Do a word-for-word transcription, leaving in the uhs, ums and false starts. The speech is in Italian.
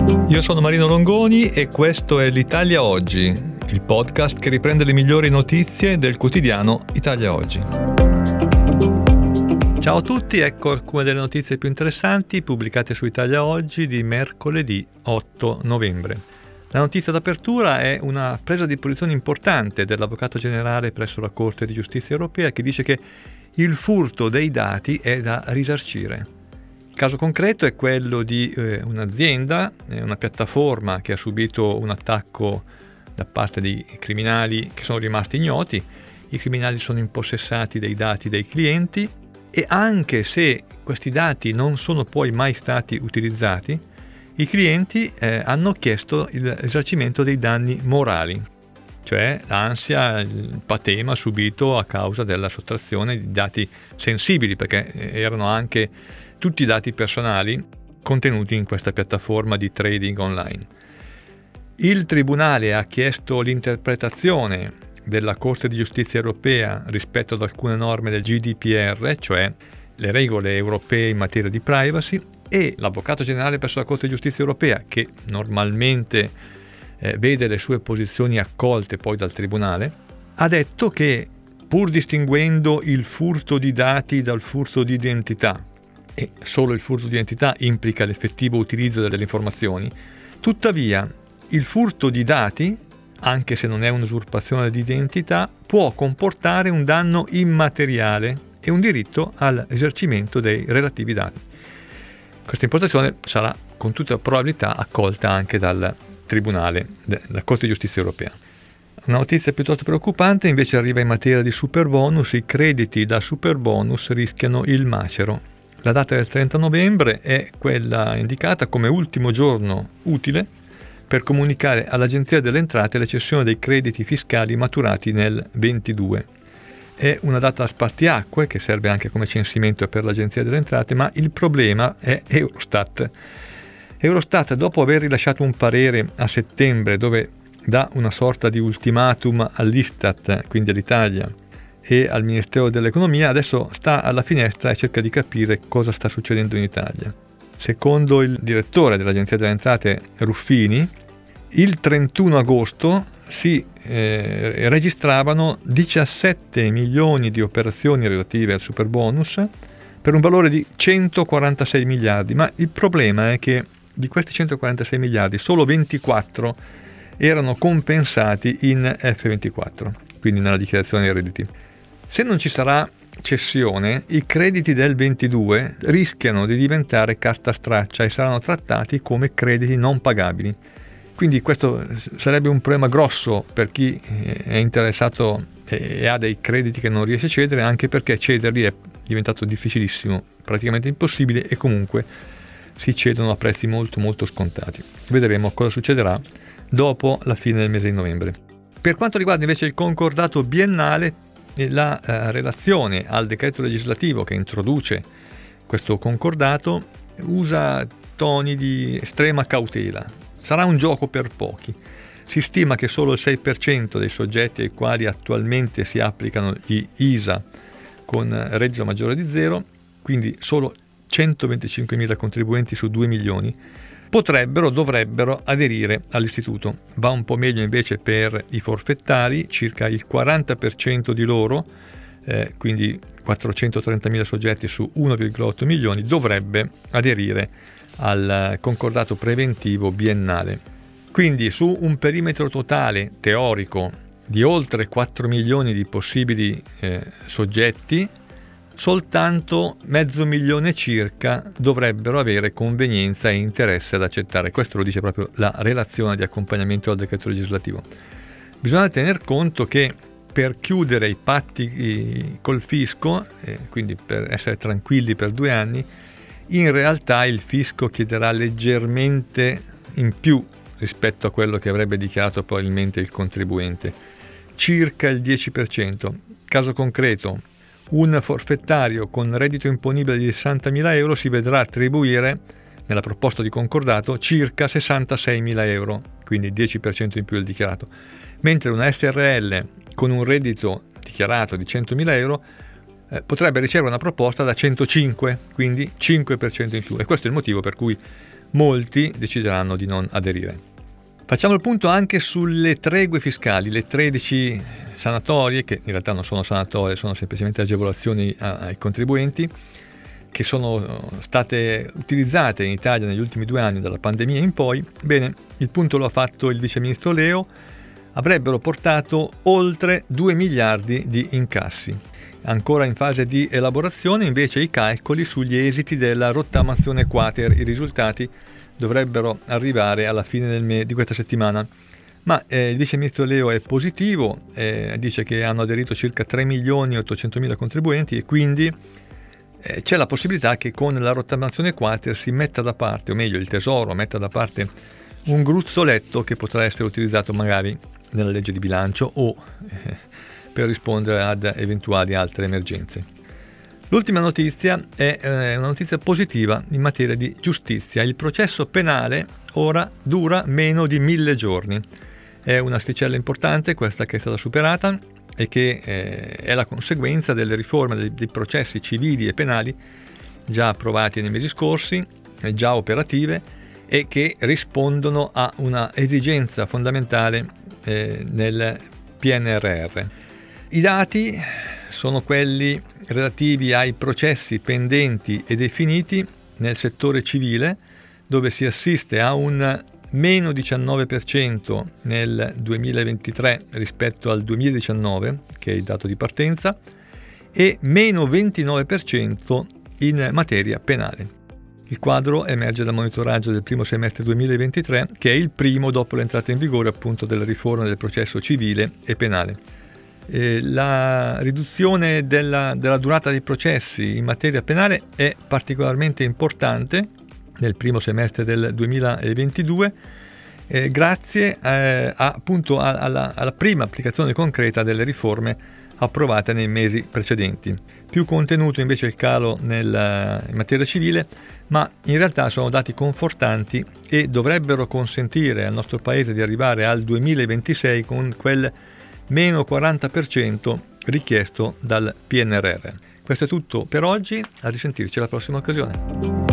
Io sono Marino Longoni e questo è l'Italia Oggi, il podcast che riprende le migliori notizie del quotidiano Italia Oggi. Ciao a tutti, ecco alcune delle notizie più interessanti pubblicate su Italia Oggi di mercoledì otto novembre. La notizia d'apertura è una presa di posizione importante dell'Avvocato Generale presso la Corte di Giustizia Europea che dice che il furto dei dati è da risarcire. Il caso concreto è quello di eh, un'azienda, eh, una piattaforma che ha subito un attacco da parte di criminali che sono rimasti ignoti. I criminali sono impossessati dei dati dei clienti e anche se questi dati non sono poi mai stati utilizzati, i clienti eh, hanno chiesto il risarcimento dei danni morali, cioè l'ansia, il patema subito a causa della sottrazione di dati sensibili, perché erano anche tutti i dati personali contenuti in questa piattaforma di trading online. Il Tribunale ha chiesto l'interpretazione della Corte di Giustizia Europea rispetto ad alcune norme del G D P R, cioè le regole europee in materia di privacy, e l'Avvocato Generale presso la Corte di Giustizia Europea, che normalmente eh, vede le sue posizioni accolte poi dal Tribunale, ha detto che pur distinguendo il furto di dati dal furto di identità, e solo il furto di identità implica l'effettivo utilizzo delle informazioni, tuttavia il furto di dati, anche se non è un'usurpazione di identità, può comportare un danno immateriale e un diritto al risarcimento dei relativi dati. Questa impostazione sarà con tutta probabilità accolta anche dal Tribunale, della Corte di Giustizia Europea. Una notizia piuttosto preoccupante invece arriva in materia di superbonus. I crediti da superbonus rischiano il macero. La data del trenta novembre è quella indicata come ultimo giorno utile per comunicare all'Agenzia delle Entrate la cessione dei crediti fiscali maturati nel ventidue. È una data a spartiacque che serve anche come censimento per l'Agenzia delle Entrate, ma il problema è Eurostat. Eurostat, dopo aver rilasciato un parere a settembre dove dà una sorta di ultimatum all'Istat, quindi all'Italia, e al Ministero dell'Economia, adesso sta alla finestra e cerca di capire cosa sta succedendo in Italia. Secondo il direttore dell'Agenzia delle Entrate, Ruffini, il trentuno agosto si eh, registravano diciassette milioni di operazioni relative al superbonus per un valore di centoquarantasei miliardi, ma il problema è che di questi centoquarantasei miliardi solo ventiquattro erano compensati in F ventiquattro, quindi nella dichiarazione dei redditi. Se non ci sarà cessione, i crediti del ventidue rischiano di diventare carta straccia e saranno trattati come crediti non pagabili. Quindi questo sarebbe un problema grosso per chi è interessato e ha dei crediti che non riesce a cedere, anche perché cederli è diventato difficilissimo, praticamente impossibile, e comunque si cedono a prezzi molto molto scontati. Vedremo cosa succederà dopo la fine del mese di novembre. Per quanto riguarda invece il concordato biennale, la eh, relazione al decreto legislativo che introduce questo concordato usa toni di estrema cautela. Sarà un gioco per pochi. Si stima che solo il sei per cento dei soggetti ai quali attualmente si applicano gli I S A con reddito maggiore di zero, quindi solo centoventicinquemila contribuenti su due milioni, potrebbero, dovrebbero aderire all'istituto. Va un po' meglio invece per i forfettari, circa il quaranta per cento di loro, eh, quindi quattrocentotrentamila soggetti su uno virgola otto milioni, dovrebbe aderire al concordato preventivo biennale. Quindi su un perimetro totale teorico di oltre quattro milioni di possibili eh, soggetti, soltanto mezzo milione circa dovrebbero avere convenienza e interesse ad accettare. Questo lo dice proprio la relazione di accompagnamento al decreto legislativo. Bisogna tener conto che per chiudere i patti col fisco, eh, quindi per essere tranquilli per due anni, in realtà il fisco chiederà leggermente in più rispetto a quello che avrebbe dichiarato probabilmente il contribuente, circa il dieci per cento. Caso concreto, un forfettario con reddito imponibile di sessantamila euro si vedrà attribuire, nella proposta di concordato, circa sessantaseimila euro, quindi il dieci per cento in più del dichiarato, mentre una S R L con un reddito dichiarato di centomila euro eh, potrebbe ricevere una proposta da centocinque, quindi cinque per cento in più, e questo è il motivo per cui molti decideranno di non aderire. Facciamo il punto anche sulle tregue fiscali, le tredici sanatorie, che in realtà non sono sanatorie, sono semplicemente agevolazioni ai contribuenti, che sono state utilizzate in Italia negli ultimi due anni, dalla pandemia in poi. Bene, il punto lo ha fatto il vice ministro Leo, avrebbero portato oltre due miliardi di incassi. Ancora in fase di elaborazione invece i calcoli sugli esiti della rottamazione quater, i risultati dovrebbero arrivare alla fine del me- di questa settimana. Ma eh, il vice ministro Leo è positivo, eh, dice che hanno aderito circa tre milioni e ottocentomila contribuenti e quindi eh, c'è la possibilità che con la rottamazione quater si metta da parte, o meglio il Tesoro metta da parte un gruzzoletto che potrà essere utilizzato magari nella legge di bilancio o eh, per rispondere ad eventuali altre emergenze. L'ultima notizia è eh, una notizia positiva in materia di giustizia. Il processo penale ora dura meno di mille giorni. È un'asticella importante questa che è stata superata e che eh, è la conseguenza delle riforme dei, dei processi civili e penali già approvati nei mesi scorsi, eh, già operative e che rispondono a una esigenza fondamentale eh, nel P N R R. I dati sono quelli relativi ai processi pendenti e definiti nel settore civile, dove si assiste a un meno diciannove per cento nel duemilaventitré rispetto al duemiladiciannove, che è il dato di partenza, e meno ventinove per cento in materia penale. Il quadro emerge dal monitoraggio del primo semestre duemilaventitré, che è il primo dopo l'entrata in vigore appunto della riforma del processo civile e penale. Eh, la riduzione della, della durata dei processi in materia penale è particolarmente importante nel primo semestre del duemilaventidue, eh, grazie eh, a, appunto a, alla, alla prima applicazione concreta delle riforme approvate nei mesi precedenti. Più contenuto invece il calo nel, in materia civile, ma in realtà sono dati confortanti e dovrebbero consentire al nostro Paese di arrivare al duemilaventisei con quel meno quaranta per cento richiesto dal P N R R. Questo è tutto per oggi, a risentirci alla prossima occasione.